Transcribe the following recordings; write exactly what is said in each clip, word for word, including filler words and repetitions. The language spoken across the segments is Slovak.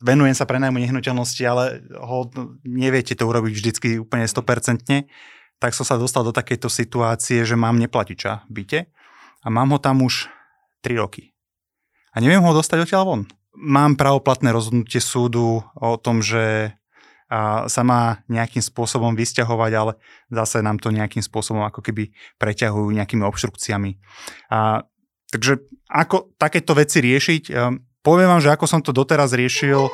venujem sa prenajmu nehnuteľnosti, ale ho neviete to urobiť vždycky úplne sto percent, tak som sa dostal do takejto situácie, že mám neplatiča v byte a mám ho tam už tri roky. A neviem ho dostať odtiaľ von. Mám pravoplatné rozhodnutie súdu o tom, že a sa má nejakým spôsobom vysťahovať, ale zase nám to nejakým spôsobom ako keby preťahujú nejakými obštrukciami. A, takže ako takéto veci riešiť? A poviem vám, že ako som to doteraz riešil.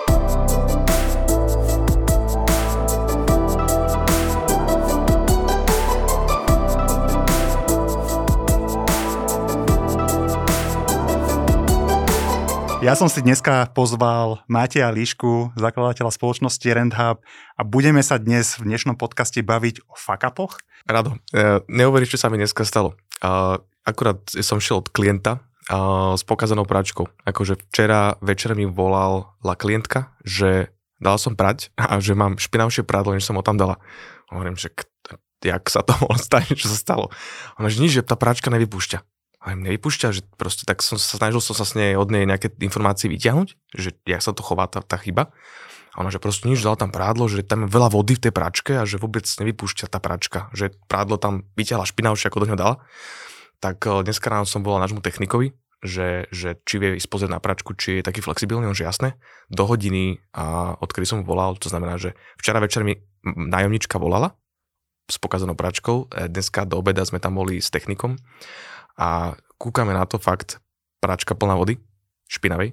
Ja som si dneska pozval Mateja Líšku, zakladateľa spoločnosti RentHub a budeme sa dnes v dnešnom podcaste baviť o fuck-upoch. Rado, neuveríš, čo sa mi dneska stalo. Akurát som šiel od klienta s pokazanou práčkou. Akože včera večer mi volala klientka, že dal som prať a že mám špinavšie prádlo, než som ho tam dala. Hovorím, že jak sa to mohlo stať, čo sa stalo. Ona, že nič, že tá práčka nevypúšťa. A im nevypúšťa, že proste tak som sa snažil som sa s nej od nej nejaké informácie vyťahnuť, že jak sa to chová tá, tá chyba. A ona, že proste nič, dala tam prádlo, že tam je veľa vody v tej práčke a že vôbec nevypúšťa tá práčka, že prádlo tam vyťahla špinavšie, ako do ňo dala. Tak dneska ráno som volal nášmu technikovi, že, že či vie ísť pozrieť na práčku, či je taký flexibilný, on že jasné. Do hodiny, a odkedy som volal, to znamená, že včera večer mi nájomnička volala s pokazanou práčkou, dneska do obeda sme tam boli s technikom. A kúkame na to, fakt, práčka plná vody, špinavej.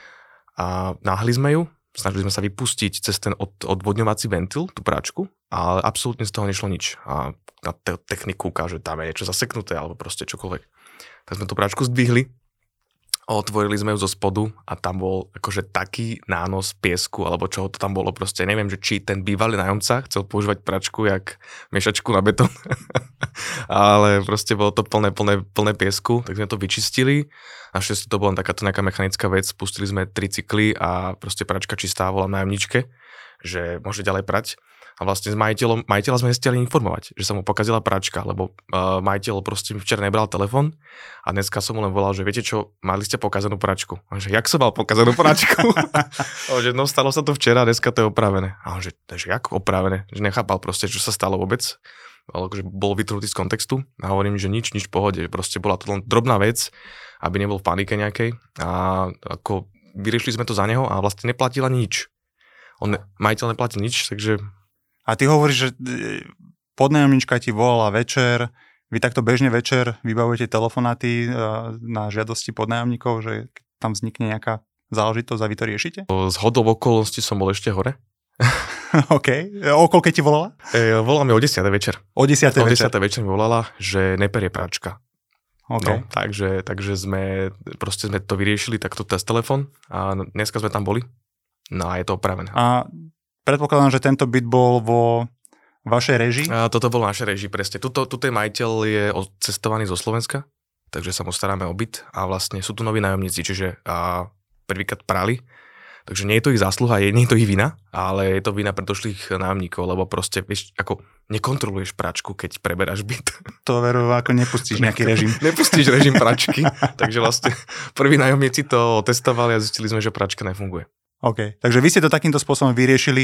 A náhli sme ju, snažili sme sa vypustiť cez ten od, odvodňovací ventil, tú práčku, ale absolútne z toho nešlo nič. A na te- technik kúka, že tam je niečo zaseknuté, alebo proste čokoľvek. Tak sme tú práčku zdvihli, otvorili sme ju zo spodu a tam bol akože taký nános piesku, alebo čo to tam bolo, proste neviem, že či ten bývalý nájomca chcel používať pračku jak miešačku na betón, ale proste bolo to plné, plné, plné piesku, tak sme to vyčistili. Našťastie to bola takáto nejaká mechanická vec, pustili sme tri cykly a proste pračka čistá, volám nájomničke, že môže ďalej prať. A vlastne s majiteľom, majiteľa sme nestihli informovať, že sa mu pokazila práčka, lebo uh, majiteľ proste mi včera nebral telefon a dneska som mu len volal, že viete čo, mali ste pokazanú práčku. A on že, jak som mal pokazanú práčku? A on že, no stalo sa to včera, dneska to je opravené. A on že, že jak opravené? Že nechápal proste, čo sa stalo vôbec. Ale že bol vytrhnutý z kontextu a hovorím, že nič, nič v pohode. Proste bola to len drobná vec, aby nebol v panike nejakej. A ako vyriešili sme to za neho a vlastne neplatil ani nič. On, majiteľ neplatil nič, takže... A ty hovoríš, že podnájomnička ti volala večer, vy takto bežne večer vybavujete telefonáty na žiadosti podnájomníkov, že tam vznikne nejaká záležitosť a vy to riešite? Z hodou okolností som bol ešte hore. OK. O koľkej ti volala? E, volala mi o desiatej večer. O desiatej večer? O desiatej večer mi volala, že neperie práčka. Okay. No, takže, takže sme, proste sme to vyriešili, takto cez telefon a dneska sme tam boli. No a je to opravené. A predpokladám, že tento byt bol vo vašej režii? A toto bol v našej režii, presne. Tuto, tuto je majiteľ je odcestovaný zo Slovenska, takže sa mu staráme o byt a vlastne sú tu noví nájomníci, čiže a prvýkrát prali. Takže nie je to ich zásluha, nie je to ich vina, ale je to vina predošlých nájomníkov, lebo proste, vieš, ako nekontroluješ pračku, keď preberáš byt. To veru, ako nepustíš nejaký režim. Nepustíš režim pračky, takže vlastne prví nájomníci to testovali a zistili sme, že pračka nefunguje. OK, takže vy ste to takýmto spôsobom vyriešili.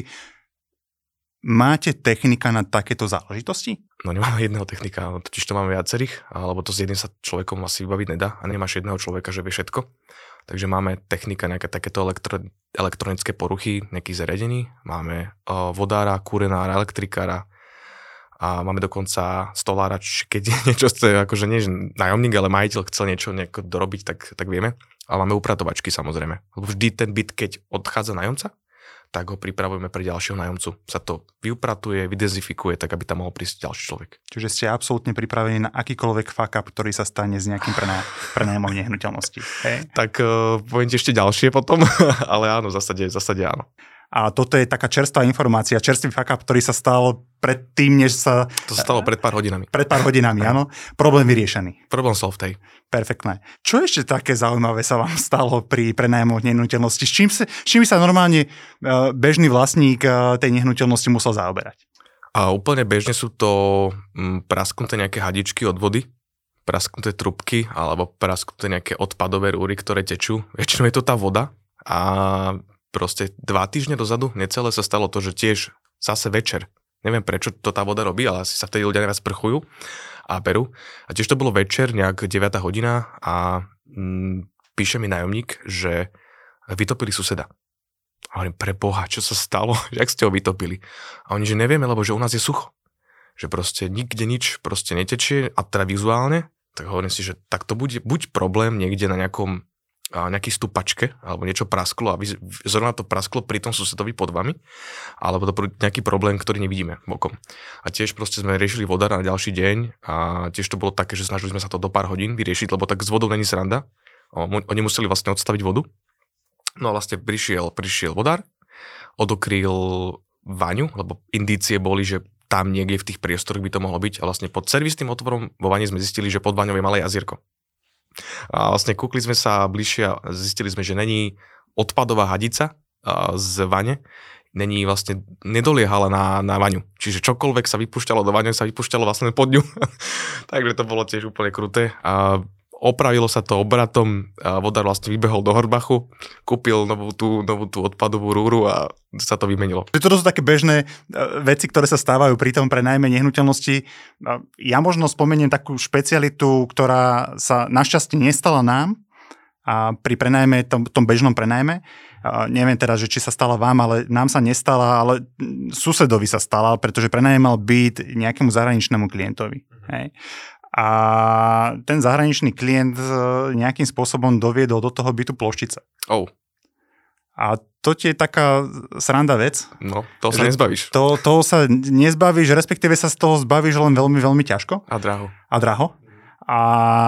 Máte technika na takéto záležitosti? No nemáme jedného technika, totiž to máme viacerých, alebo to s jedným sa človekom asi vybaviť nedá a nemáš jedného človeka, že vie všetko. Takže máme technika, nejaké takéto elektro, elektronické poruchy, nejakých zariadení. Máme uh, vodára, kurenára, elektrikára a máme dokonca stolára, keď niečo chce, akože nie nájomník, ale majiteľ chcel niečo nejako dorobiť, tak, tak vieme. A máme upratovačky samozrejme. Lebo vždy ten byt, keď odchádza nájomca, tak ho pripravujeme pre ďalšieho nájomcu. Sa to vyupratuje, vydezifikuje, tak aby tam mohol prísť ďalší človek. Čiže ste absolútne pripravení na akýkoľvek fuck up, ktorý sa stane s nejakým prenájmom nehnuteľnosti. Hej? Tak uh, poviem ti ešte ďalšie potom, ale áno, v zásade, v zásade áno. A toto je taká čerstvá informácia, čerstvý fuck up, ktorý sa stal pred tým, než sa... To sa stalo pred pár hodinami. Pred pár hodinami, áno. Problém vyriešený. Problém solved, hej. Perfektné. Čo ešte také zaujímavé sa vám stalo pri prenájmoch nehnuteľnosti? S čím, sa, s čím sa normálne bežný vlastník tej nehnuteľnosti musel zaoberať? A úplne bežne sú to prasknuté nejaké hadičky od vody, prasknuté trubky alebo prasknuté nejaké odpadové rúry, ktoré tečú. Väčšinou je to tá voda a proste dva týždne dozadu, necelé sa stalo to, že tiež zase večer, neviem prečo to tá voda robí, ale asi sa vtedy ľudia najviac sprchujú a berú. A tiež to bolo večer, nejak deviata hodina a mm, píše mi nájomník, že vytopili suseda. A hovorím, pre Boha, čo sa stalo? Jak ste ho vytopili? A oni, že nevieme, lebo že u nás je sucho. Že proste nikde nič proste netečie a teda vizuálne, tak hovorím si, že tak to bude buď problém niekde na nejakom a nejaký stupačke, alebo niečo prasklo a zrovna to prasklo pri tom susedovi pod vami, alebo to nejaký problém, ktorý nevidíme bokom. A tiež proste sme riešili vodára na ďalší deň a tiež to bolo také, že snažili sme sa to do pár hodín vyriešiť, lebo tak s vodou není sranda. Oni museli vlastne odstaviť vodu. No a vlastne prišiel, prišiel vodár, odokryl vaňu, lebo indície boli, že tam niekde v tých priestoroch by to mohlo byť a vlastne pod servisným otvorom vo vani sme zistili, že pod vaňou je malé jazierko. A vlastne kúkli sme sa bližšie a zistili sme, že není odpadová hadica z vane, není vlastne, nedoliehala na, na vaňu. Čiže čokoľvek sa vypúšťalo do vaňu, sa vypúšťalo vlastne pod ňu. Takže to bolo tiež úplne kruté. A opravilo sa to obratom, a vodár vlastne vybehol do Horbachu, kúpil novú tú, novú tú odpadovú rúru a sa to vymenilo. Toto sú také bežné veci, ktoré sa stávajú pri tom prenajme nehnuteľnosti. Ja možno spomeniem takú špecialitu, ktorá sa našťastie nestala nám a pri prenajme, tom, tom bežnom prenajme. Neviem teraz, že či sa stala vám, ale nám sa nestala, ale susedovi sa stala, pretože prenajímal byt nejakému zahraničnému klientovi. Mhm. Hej. A ten zahraničný klient nejakým spôsobom doviedol do toho bytu ploštice. Oh. A to ti je taká sranda vec. No, toho sa nezbavíš. To, toho sa nezbavíš, respektíve sa z toho zbavíš len veľmi, veľmi ťažko. A draho. A draho. A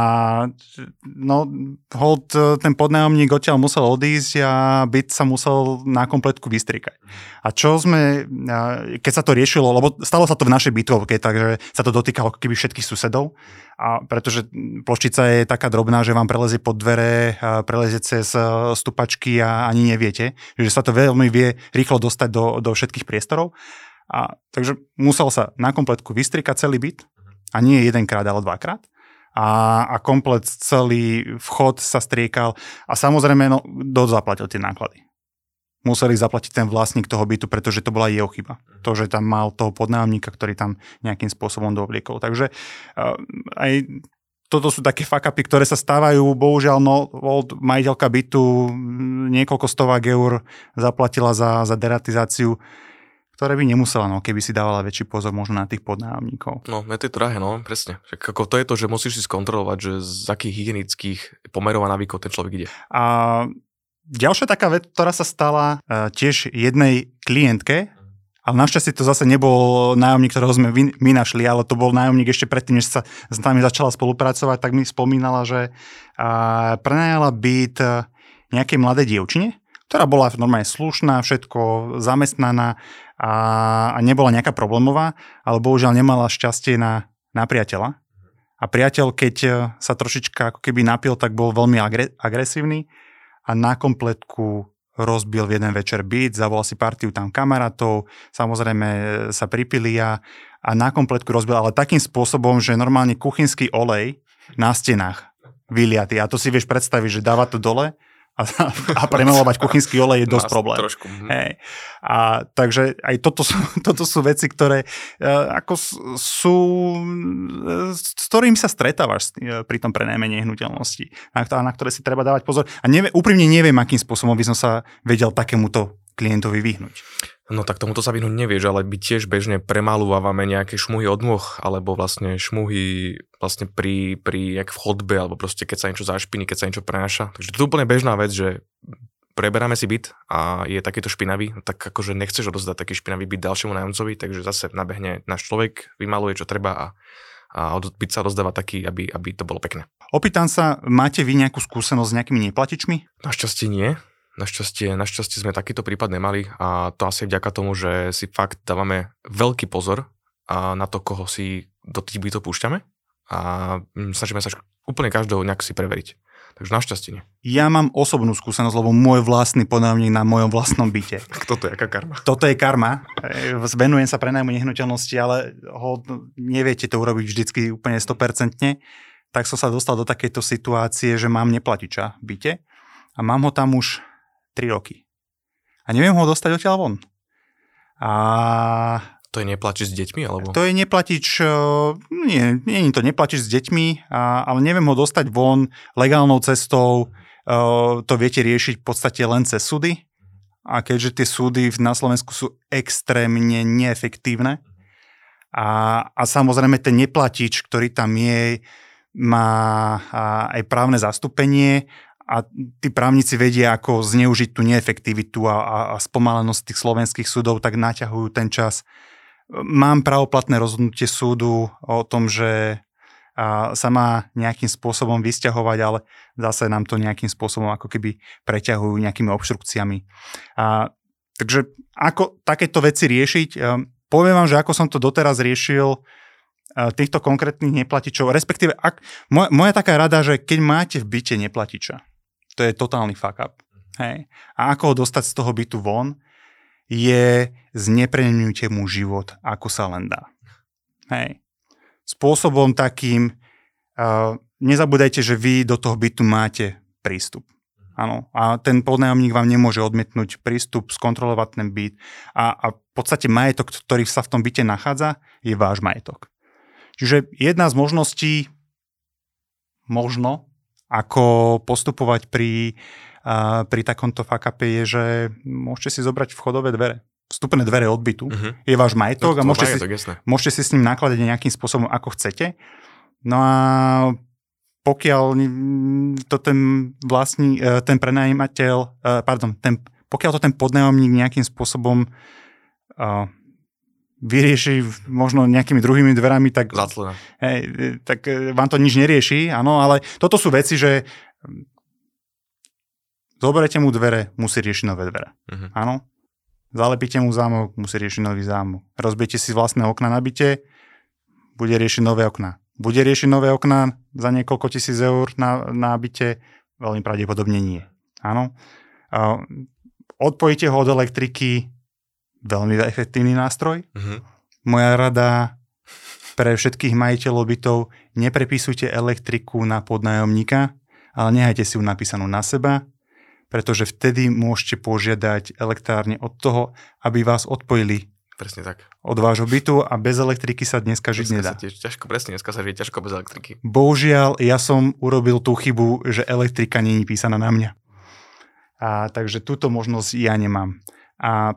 no, hold, ten podnájomník odtiaľ musel odísť a byt sa musel na kompletku vystrikať. A čo sme, keď sa to riešilo, lebo stalo sa to v našej bytovke, takže sa to dotýkalo keby všetkých susedov, a pretože ploštica je taká drobná, že vám prelezie pod dvere, prelezie cez stupačky a ani neviete, že sa to veľmi vie rýchlo dostať do, do všetkých priestorov. A takže musel sa na kompletku vystrikať celý byt, a nie jedenkrát, ale dvakrát. A, a komplet celý vchod sa striekal a samozrejme no, kto zaplatil tie náklady. Museli zaplatiť ten vlastník toho bytu, pretože to bola jeho chyba. To, že tam mal toho podnájomníka, ktorý tam nejakým spôsobom dovliekol. Takže uh, aj toto sú také fuck-upy, ktoré sa stávajú. Bohužiaľ, no, majiteľka bytu niekoľko stovák eur zaplatila za, za deratizáciu, ktoré by nemusela, no, keby si dávala väčší pozor možno na tých podnájomníkov. No, je to drahé, no, presne. Však ako to je to, že musíš si skontrolovať, že z akých hygienických pomerov a návykov ten človek ide. A ďalšia taká vec, ktorá sa stala uh, tiež jednej klientke, ale našťastie to zase nebol nájomník, ktorého sme vy, my našli, ale to bol nájomník ešte predtým, než sa s nami začala spolupracovať, tak mi spomínala, že uh, prenajala byt nejakej mladej dievčine, ktorá bola normálne slušná, všetko zamestnaná, a, a nebola nejaká problémová, ale bohužiaľ nemala šťastie na, na priateľa. A priateľ, keď sa trošička ako keby napil, tak bol veľmi agre, agresívny a na kompletku rozbil v jeden večer byt, zavolal si partiu tam kamarátov, samozrejme sa pripili a, a na kompletku rozbil, ale takým spôsobom, že normálne kuchynský olej na stenách vyliatý. A to si vieš predstaviť, že dáva to dole a, a premelovať kuchynský olej je dosť problém. Trošku. Hej. A takže aj toto sú, toto sú veci, ktoré uh, ako sú, s ktorými sa stretávaš uh, pri tom prenajme nehnuteľnosti, na, na ktoré si treba dávať pozor. A nevie, úprimne neviem, akým spôsobom by som sa vedel takémuto klientovi vyhnúť. No tak tomuto sa vyhnúť nevieš, ale my tiež bežne premalúvame nejaké šmuhy od nôh, alebo vlastne šmuhy vlastne pri, pri jak v chodbe, alebo proste keď sa niečo zašpiní, keď sa niečo prenáša. Takže to je úplne bežná vec, že preberáme si byt a je takýto špinavý, tak akože nechceš odozdať taký špinavý byt ďalšiemu nájomcovi, takže zase nabehne náš človek, vymaluje čo treba a, a byt sa rozdáva taký, aby, aby to bolo pekné. Opýtam sa, máte vy nejakú skúsenosť s nejakými neplatičmi? Našťastie nie. Našťastie, našťastie sme takýto prípad nemali a to asi vďaka tomu, že si fakt dávame veľký pozor a na to, koho si do tých bytov púšťame a snažíme sa úplne každého nejak si preveriť. Takže našťastie nie. Ja mám osobnú skúsenosť, lebo môj vlastný podnájomník na mojom vlastnom byte. Toto je aká karma? Toto je karma. Venujem sa prenajmu nehnuteľnosti, ale ho, neviete to urobiť vždycky úplne sto percent. Tak som sa dostal do takejto situácie, že mám neplatiča v byte a mám ho tam už tri roky. a neviem ho dostať odtiaľ von. A to je neplatič s deťmi? Alebo? To je neplatič, nie, nie je to neplatič s deťmi, a, ale neviem ho dostať von legálnou cestou, to viete riešiť v podstate len cez súdy. A keďže tie súdy na Slovensku sú extrémne neefektívne a, a samozrejme ten neplatič, ktorý tam je, má aj právne zastúpenie a tí právnici vedia, ako zneužiť tú neefektivitu a, a, a spomalenosť tých slovenských súdov, tak naťahujú ten čas. Mám pravoplatné rozhodnutie súdu o tom, že a sa má nejakým spôsobom vysťahovať, ale zase nám to nejakým spôsobom ako keby preťahujú nejakými obštrukciami. A, takže ako takéto veci riešiť? Poviem vám, že ako som to doteraz riešil týchto konkrétnych neplatičov, respektíve ak, moja, moja taká rada, že keď máte v byte neplatiča, to je totálny fuck up. Hej. A ako ho dostať z toho bytu von, je znepríjemňujte mu život, ako sa len dá. Hej. Spôsobom takým, uh, nezabúdajte, že vy do toho bytu máte prístup. Áno. A ten podnájomník vám nemôže odmietnúť prístup, skontrolovať ten byt. A, a v podstate majetok, ktorý sa v tom byte nachádza, je váš majetok. Čiže jedna z možností, možno, ako postupovať pri A pri takomto fuck-upe je, že môžete si zobrať vchodové dvere. Vstupné dvere od bytu. Uh-huh. Je váš majetok no, a môžete, majetok, si, môžete si s ním nakladať nejakým spôsobom, ako chcete. No a pokiaľ to ten vlastní, ten prenajímateľ, pardon, ten, pokiaľ to ten podnájomník nejakým spôsobom uh, vyrieši možno nejakými druhými dverami, tak, hej, tak vám to nič nerieši. Áno, ale toto sú veci, že zoberete mu dvere, musí riešiť nové dvere. Uh-huh. Áno. Zalepíte mu zámok, musí riešiť nový zámok. Rozbijete si vlastné okna na byte, bude riešiť nové okná. Bude riešiť nové okná za niekoľko tisíc eur na, na byte? Veľmi pravdepodobne nie. Áno. Uh, odpojíte ho od elektriky, veľmi efektívny nástroj. Uh-huh. Moja rada pre všetkých majiteľov bytov, neprepisujte elektriku na podnájomníka, ale nehajte si ju napísanú na seba, pretože vtedy môžete požiadať elektrárne od toho, aby vás odpojili. Presne tak. Od vášho bytu a bez elektriky sa dneska žiť nedá. Sa tiež ťažko, presne, dneska sa žije ťažko bez elektriky. Bohužiaľ, ja som urobil tú chybu, že elektrika nie je písaná na mňa. A takže túto možnosť ja nemám. A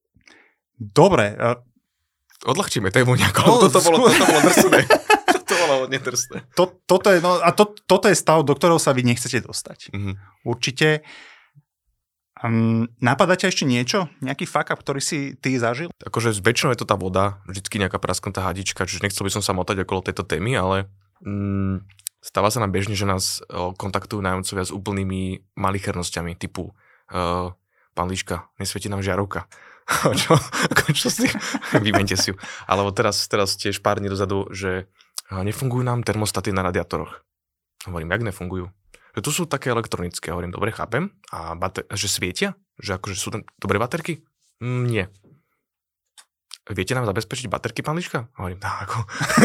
dobre. A... Odľahčíme tému nejakou. No, toto bolo, toto bolo drsné. To bolo nedrsné. To, toto je, no, a to, toto je stav, do ktorého sa vy nechcete dostať. Mm-hmm. Určite. Um, napadá ťa ešte niečo? Nejaký fuck up, ktorý si ty zažil? Akože väčšinou je to tá voda, vždycky nejaká prasknutá hadička, čiže nechcel by som sa motať okolo tejto témy, ale mm, stáva sa nám bežne, že nás o, kontaktujú nájomcovia s úplnými malichernosťami, typu uh, pán Líška, nesvieti nám žiarovka. čo? čo si? Vymente si ju. Alebo teraz, teraz tiež pár dní dozadu, že uh, nefungujú nám termostaty na radiátoroch. Hovorím, jak nefungujú? Že tu sú také elektronické, hovorím, dobre, chápem. A bater- že svietia? Že akože sú tam dobré baterky? Mm, nie. Viete nám zabezpečiť baterky, pán Liška? Hovorím, tak ako.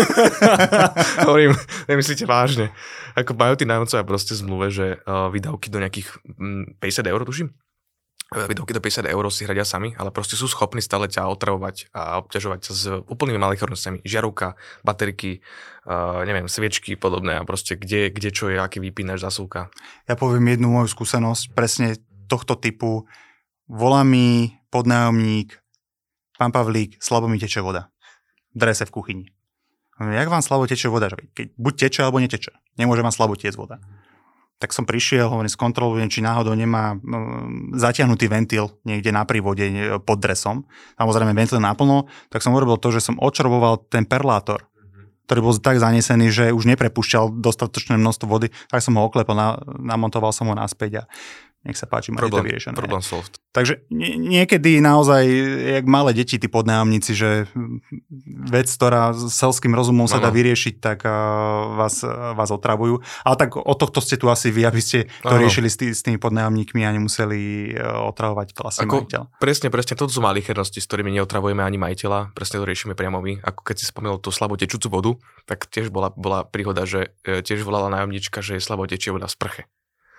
Hovorím, nemyslíte vážne. Ako majú tí nájomcovia proste zmluve, že uh, výdavky do nejakých mm, päťdesiat eur, tuším. Výdavky do päťdesiat eur si hradia sami, ale proste sú schopní stále ťa otravovať a obťažovať sa s úplnými malichernosťami. Žiarovka, bateriky, uh, neviem, sviečky podobné a proste kde, kde čo je, aký vypínač, zasúka. Ja poviem jednu moju skúsenosť presne tohto typu. Volá mi podnájomník, pán Pavlík, slabo mi teče voda. V drese v kuchyni. Jak vám slabo teče voda? Keď buď teče, alebo neteče. Nemôže vám slabo tiecť voda. Tak som prišiel, hovorím, skontrolujem, či náhodou nemá um, zatiahnutý ventil niekde na prívode pod dresom. Samozrejme ventil naplno, tak som urobil to, že som odšroboval ten perlátor, ktorý bol tak zanesený, že už neprepúšťal dostatočné množstvo vody, tak som ho oklepal, na, namontoval som ho naspäť a nech sa páči, máte to vyriešené. Problém solved. Takže nie, niekedy naozaj, jak malé deti, tí podnájomníci, že vec, ktorá s selským rozumom sa no, dá vyriešiť, tak uh, vás, uh, vás otravujú. Ale tak o tohto ste tu asi vy, aby ste to no, riešili s, tý, s tými podnájomníkmi a nemuseli uh, otravovať vlastne Ako, majiteľa. Presne, presne, toto sú malichernosti, s ktorými neotravujeme ani majiteľa, presne to riešime priamo my. Ako keď si spomenul tú slabo tečúcu vodu, tak tiež bola, bola príhoda, že tiež volala nájomnička, že je slabo tečie voda v sprche.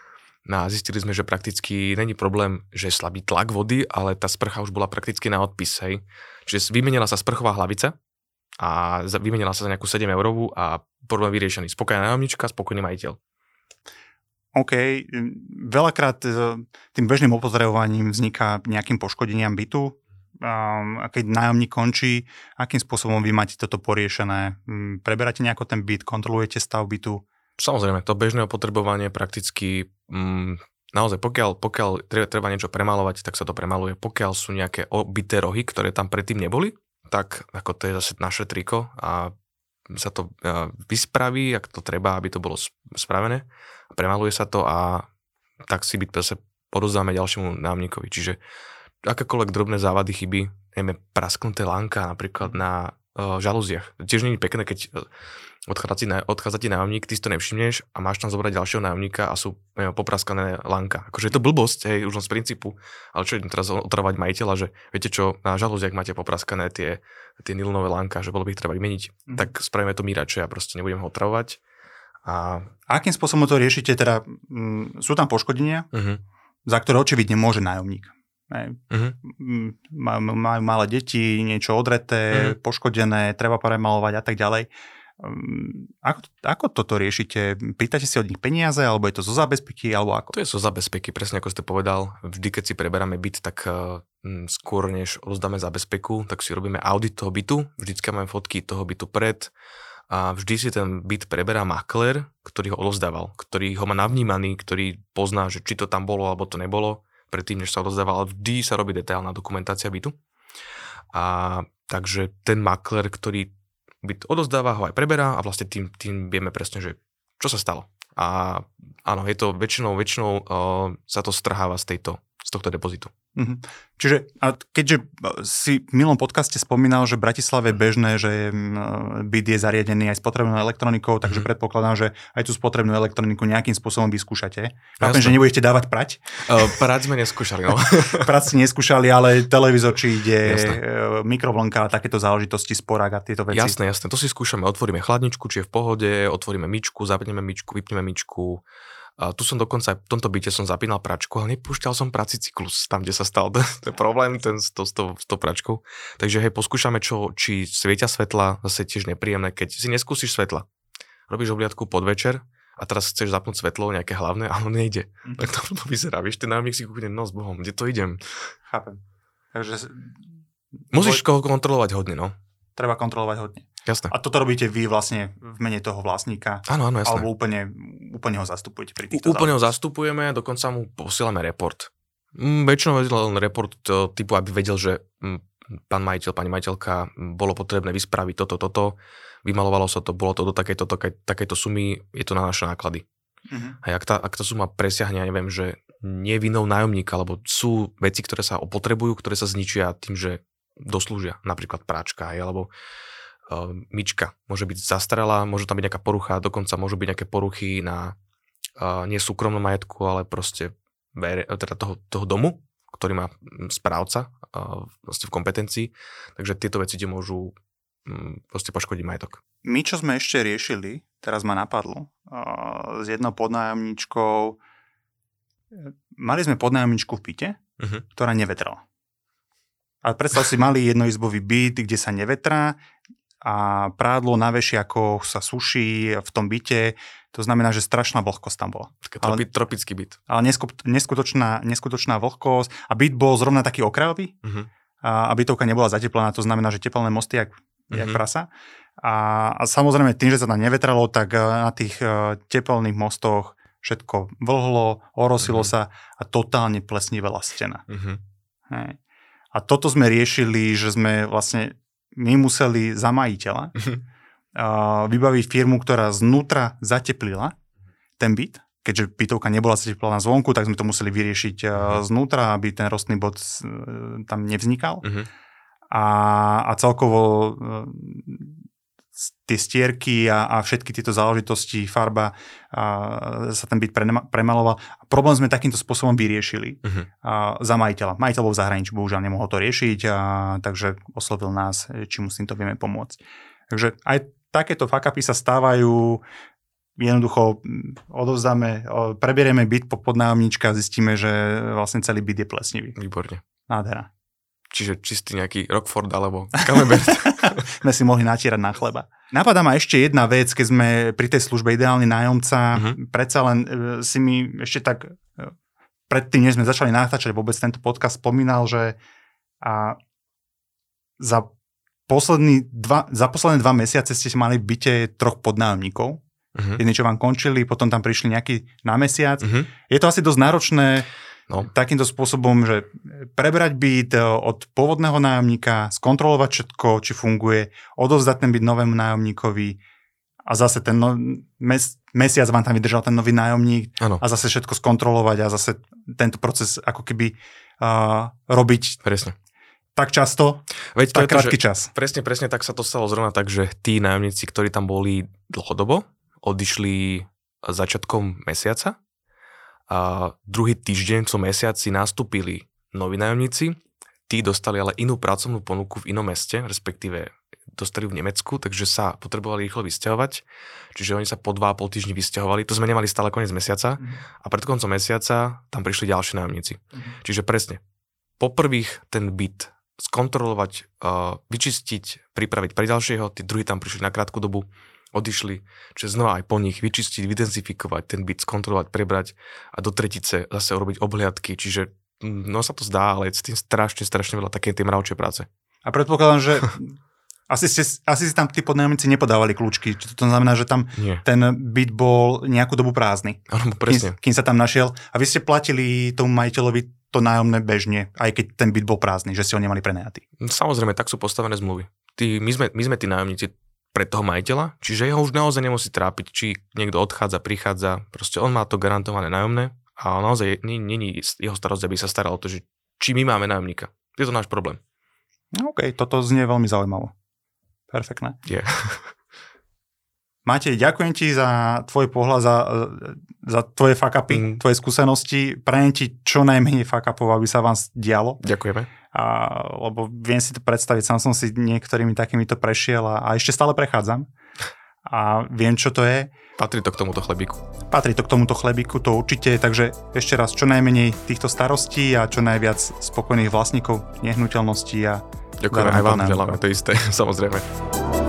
No a zistili sme, že prakticky není problém, že je slabý tlak vody, ale tá sprcha už bola prakticky na odpis, hej. Čiže vymenila sa sprchová hlavica a vymenila sa za nejakú sedem eurovú a problém vyriešený. Spokojná nájomnička, spokojný majiteľ. OK, veľakrát tým bežným opozorovaním vzniká nejakým poškodeniam bytu. A keď nájomník končí, akým spôsobom vy máte toto poriešené? Preberáte nejako ten byt, kontrolujete stav bytu? Samozrejme, to bežné opotrebovanie prakticky, mm, naozaj pokiaľ, pokiaľ treba, treba niečo premalovať, tak sa to premaluje. Pokiaľ sú nejaké obité rohy, ktoré tam predtým neboli, tak ako to je zase naše triko a sa to vyspraví, ak to treba, aby to bolo spravené. Premaluje sa to a tak si byt zase odozdáme ďalšiemu nájomníkovi. Čiže akékoľvek drobné závady, chyby, najmä prasknuté lánka napríklad na uh, žalúziach. Tiež nie je pekné, keď odchádza ti nájomník, ty si to nevšimneš a máš tam zobrať ďalšieho nájomníka a sú neviem, popraskané lánka. Akože je to blbosť, hej, už len z princípu, ale čo idem teraz otravovať majiteľa, že viete čo, na žalúziach máte popraskané tie, tie nylonové lánka, že bolo by ich treba vymeniť. Mm. Tak spravíme to my radšej a proste nebudeme ho otravovať. A... a akým spôsobom to riešite? Teda, m, sú tam poškodenia, uh-huh. za ktoré očividne môže nájomník. Uh-huh. Majú malé deti, niečo odreté, uh-huh. poškodené, treba premalovať a tak ďalej. Ako, ako toto riešite? Pýtate si od nich peniaze, alebo je to zo zábezpeky, alebo ako? To je zo zábezpeky, presne ako ste povedal. Vždy, keď si preberáme byt, tak uh, skôr než rozdáme zábezpeku, tak si robíme audit toho bytu. Vždycky máme fotky toho bytu pred a vždy si ten byt preberá maklér, ktorý ho odovzdával, ktorý ho má navnímaný, ktorý pozná, že či to tam bolo, alebo to nebolo, predtým, než sa odovzdával. Vždy sa robí detailná dokumentácia bytu. A takže ten maklér, ktorý byt odozdáva, ho aj preberá a vlastne tým, tým vieme presne, že čo sa stalo. A áno, je to väčšinou, väčšinou uh, sa to strháva z, tejto, z tohto depozitu. Mm-hmm. Čiže, a keďže si v minulom podcaste spomínal, že v Bratislave je bežné, že byt je zariadený aj s potrebnou elektronikou, takže mm-hmm. predpokladám, že aj tú spotrebnú elektroniku nejakým spôsobom vyskúšate. Chápem, že nebudete dávať prať? Uh, prať sme neskúšali, no. Prať si neskúšali, ale televízor, či ide mikrovlnka a takéto záležitosti, sporák a tieto veci. Jasné, jasné. To si skúšame. Otvoríme chladničku, či je v pohode, otvoríme myčku, zapneme myčku, vypneme myčku. A tu som dokonca, v tomto byte som zapínal pračku, ale nepúšťal som prací cyklus, tam, kde sa stal ten problém ten, s, to, s, to, s tou pračkou. Takže hej, poskúšame, čo, či svietia svetla, zase tiež nepríjemné, keď si neskúsiš svetla. Robíš obliadku podvečer a teraz chceš zapnúť svetlo, nejaké hlavné, ale nejde. Mm. Tak to, to vyzerá, vieš, ten nájomník si kúkne, no s Bohom, kde to idem? Chápem. Takže... Musíš Boj... kontrolovať hodne, no. Treba kontrolovať hodne. Jasné. A toto robíte vy vlastne v mene toho vlastníka? Áno, áno, jasné. Alebo úplne, úplne ho zastupujete pri týchto Úplne ho zastupujeme, dokonca mu posielame report. Mm, väčšinou len report typu, aby vedel, že mm, pán majiteľ, pani majiteľka, bolo potrebné vyspraviť toto, toto, vymalovalo sa to, bolo to do takejto, takej, takejto sumy, je to na naše náklady. Uh-huh. A ak tá, ak tá suma presiahne, ja neviem, že nie vinou nájomníka, alebo sú veci, ktoré sa opotrebujú, ktoré sa zničia tým, že doslúžia, napríklad práčka, alebo uh, myčka môže byť zastaralá, môže tam byť nejaká porucha, dokonca môžu byť nejaké poruchy na uh, nie súkromnom majetku, ale proste vere, teda toho, toho domu, ktorý má správca uh, vlastne v kompetencii, takže tieto veci ti môžu um, proste poškodiť majetok. My, čo sme ešte riešili, teraz ma napadlo, uh, s jednou podnájomničkou, mali sme podnájomničku v byte, uh-huh. ktorá nevetrala. A predstav si malý jednoizbový byt, kde sa nevetrá a prádlo na vešiakoch sa suší v tom byte. To znamená, že strašná vlhkosť tam bola. Tropi, tropický byt. Ale neskutočná, neskutočná vlhkosť. A byt bol zrovna taký okrajový. Uh-huh. A, a bytovka nebola zateplená. To znamená, že teplné mosty jak, uh-huh. jak prasa. A, a samozrejme tým, že sa tam nevetralo, tak na tých uh, teplných mostoch všetko vlhlo, orosilo uh-huh. sa a totálne plesnivela stena. Uh-huh. Hej. A toto sme riešili, že sme vlastne my museli za majiteľa uh, vybaviť firmu, ktorá znútra zateplila ten byt. Keďže bytovka nebola zateplná zvonku, tak sme to museli vyriešiť uh, znútra, aby ten rostný bod uh, tam nevznikal. Uh-huh. A, a celkovo uh, tie stierky a, a všetky tieto záležitosti, farba, a sa ten byt premaloval. A problém sme takýmto spôsobom vyriešili uh-huh. a, za majiteľa. Majiteľ bol v zahraničí, bohužiaľ nemohol to riešiť, a, takže oslovil nás, či mu s týmto vieme pomôcť. Takže aj takéto fuck-upy sa stávajú. jednoducho odovzdáme, preberieme byt po podnájomníčka a zistíme, že vlastne celý byt je plesnivý. Výborne. Nádhera. Čiže čistý nejaký Rockford alebo Camembert. Sme si mohli natierať na chleba. Napadá ma ešte jedna vec, keď sme pri tej službe ideálny nájomca, uh-huh. predsa len si mi ešte tak predtým, než sme začali natáčať vôbec tento podcast, spomínal, že a za, posledný dva, za posledné dva mesiace ste mali v byte troch podnájomníkov. Uh-huh. Jedni, čo vám končili, potom tam prišli nejaký na mesiac. Uh-huh. Je to asi dosť náročné no. takýmto spôsobom, že prebrať byt od pôvodného nájomníka, skontrolovať všetko, či funguje, odovzdať ten byt novému nájomníkovi a zase ten no, mes, mesiac vám tam vydržal ten nový nájomník ano. A zase všetko skontrolovať a zase tento proces ako keby uh, robiť presne. Tak často, Veď tak krátky čas. Presne, presne tak sa to stalo zrovna tak, že tí nájomníci, ktorí tam boli dlhodobo, odišli začiatkom mesiaca a druhý týždeň v mesiaci nastúpili noví nájomníci. Tí dostali ale inú pracovnú ponuku v inom meste, respektíve dostali v Nemecku, takže sa potrebovali rýchlo vysťahovať. Čiže oni sa po dva a pol týždni vysťahovali. To sme nemali stále koniec mesiaca mm. a pred koncom mesiaca tam prišli ďalší nájomníci. Mm. Čiže presne, po prvých ten byt skontrolovať, uh, vyčistiť, pripraviť pre ďalšieho, tí druhí tam prišli na krátku dobu, odišli, čiže znova aj po nich vyčistiť, vydenzifikovať ten byt, skontrolovať, prebrať a do tretice zase urobiť obhliadky, čiže no sa to zdá, ale je s tým strašne, strašne veľa také tie mravčie práce. A predpokladám, že asi, ste, asi si tam tí podnájomníci nepodávali kľúčky, čo to znamená, že tam Nie. ten byt bol nejakú dobu prázdny. Áno, presne. Kým, kým sa tam našiel a vy ste platili tomu majiteľovi to nájomné bežne, aj keď ten byt bol prázdny, že ste ho nemali prenajatý. Samozrejme, tak sú postavené zmluvy. Tí, my, sme, my sme tí nájomníci pre toho majiteľa, čiže jeho už naozaj nemusí trápiť, či niekto odchádza, prichádza, proste on má to garantované nájomné a naozaj není jeho starosť, aby sa staral o to, že či my máme nájomníka. Je to náš problém. OK, toto znie veľmi zaujímavo. Perfektné. Yeah. Matej, ďakujem ti za tvoj pohľad, za, za tvoje fuck-upy, mm. tvoje skúsenosti. Prajem ti čo najmenej fuck-upov, aby sa vám dialo. Ďakujeme. A, lebo viem si to predstaviť, sám som si niektorými takýmito prešiel a, a ešte stále prechádzam. A viem, čo to je. Patrí to k tomuto chlebíku. Patrí to k tomuto chlebíku, to určite. Takže ešte raz, čo najmenej týchto starostí a čo najviac spokojných vlastníkov nehnuteľností. A ďakujeme aj vám, želáme to isté, samozrejme.